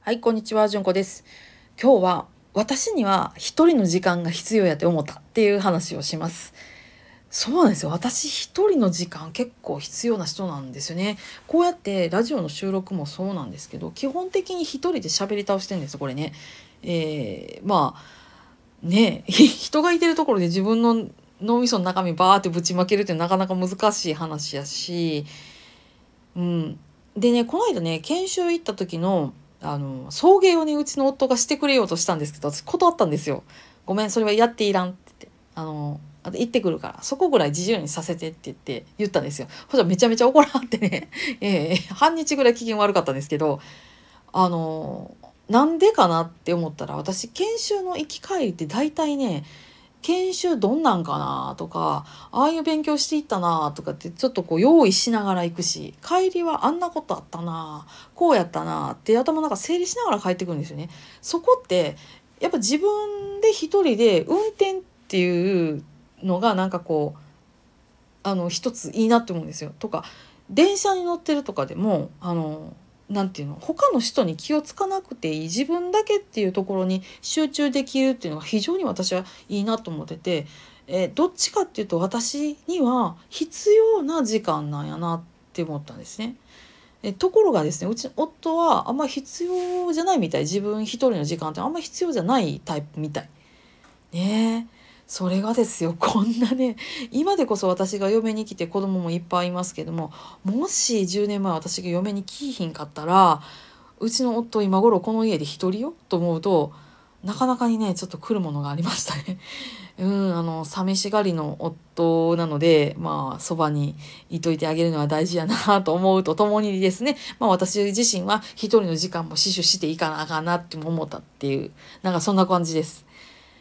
はい、こんにちは、じゅんこです。今日は私には一人の時間が必要やって思ったっていう話をします。そうなんですよ。私一人の時間結構必要な人なんですよね。こうやってラジオの収録もそうなんですけど、基本的に一人で喋り倒してるんです、これね。まあね、人がいてるところで自分の脳みその中身バーってぶちまけるってなかなか難しい話やし、うん。でね、この間ね、研修行った時の、送迎をね、うちの夫がしてくれようとしたんですけど、私断ったんですよ。ごめん、それはやっていらんって言って。あと行ってくるから、そこぐらい自由にさせてって言ったんですよ。ほらめちゃめちゃ怒らはってね、半日ぐらい機嫌悪かったんですけど、あの、なんでかなって思ったら、私、研修の行き帰りって大体ね、研修どんなんかなとか、ああいう勉強していったなとかってちょっとこう用意しながら行くし、帰りはあんなことあったな、こうやったなって頭の中整理しながら帰ってくるんですよね。そこってやっぱ自分で一人で運転っていうのがなんかこう一ついいなって思うんですよ。とか電車に乗ってるとかでもなんていうの、他の人に気をつかなくていい自分だけっていうところに集中できるっていうのが非常に私はいいなと思ってて、どっちかっていうと私には必要な時間なんやなって思ったんですね。ところがですね、うちの夫はあんま必要じゃないみたい。自分一人の時間ってあんま必要じゃないタイプみたいね。それがですよ、こんなね、今でこそ私が嫁に来て子供もいっぱいいますけども、もし10年前私が嫁に来いひんかったら、うちの夫今頃この家で一人よと思うと、なかなかにねちょっと来るものがありましたね。寂しがりの夫なので、まあそばにいといてあげるのは大事やなと思うとともにですね、まあ私自身は一人の時間も死守していかなあかんなって思ったっていう、なんかそんな感じです。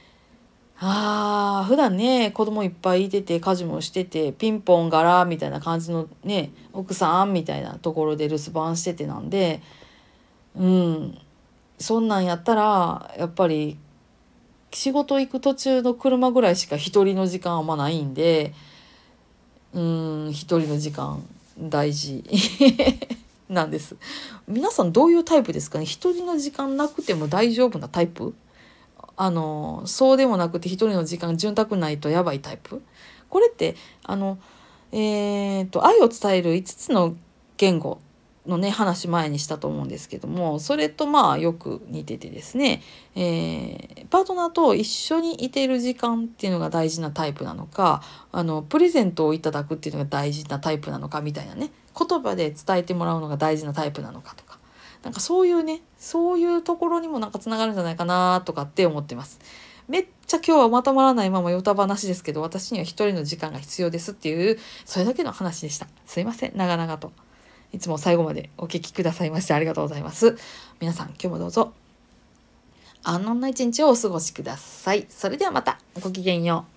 普段ね、子供いっぱいいてて、家事もしてて、ピンポンガラみたいな感じのね、奥さんみたいなところで留守番しててなんで、うん、そんなんやったら、やっぱり仕事行く途中の車ぐらいしか一人の時間あんまないんで、一人の時間大事なんです。皆さんどういうタイプですかね。一人の時間なくても大丈夫なタイプ？そうでもなくて一人の時間潤沢ないとやばいタイプ？これって愛を伝える5つの言語のね話前にしたと思うんですけども、それとまあよく似ててですね、パートナーと一緒にいている時間っていうのが大事なタイプなのか、プレゼントをいただくっていうのが大事なタイプなのかみたいなね、言葉で伝えてもらうのが大事なタイプなのかとか、なんかそういうね、そういうところにもなんかつながるんじゃないかなとかって思ってます。めっちゃ今日はまとまらないままヨタ話ですけど、私には一人の時間が必要ですっていう、それだけの話でした。すいません、長々と。いつも最後までお聞きくださいましてありがとうございます。皆さん今日もどうぞ安穏な一日をお過ごしください。それではまた。ごきげんよう。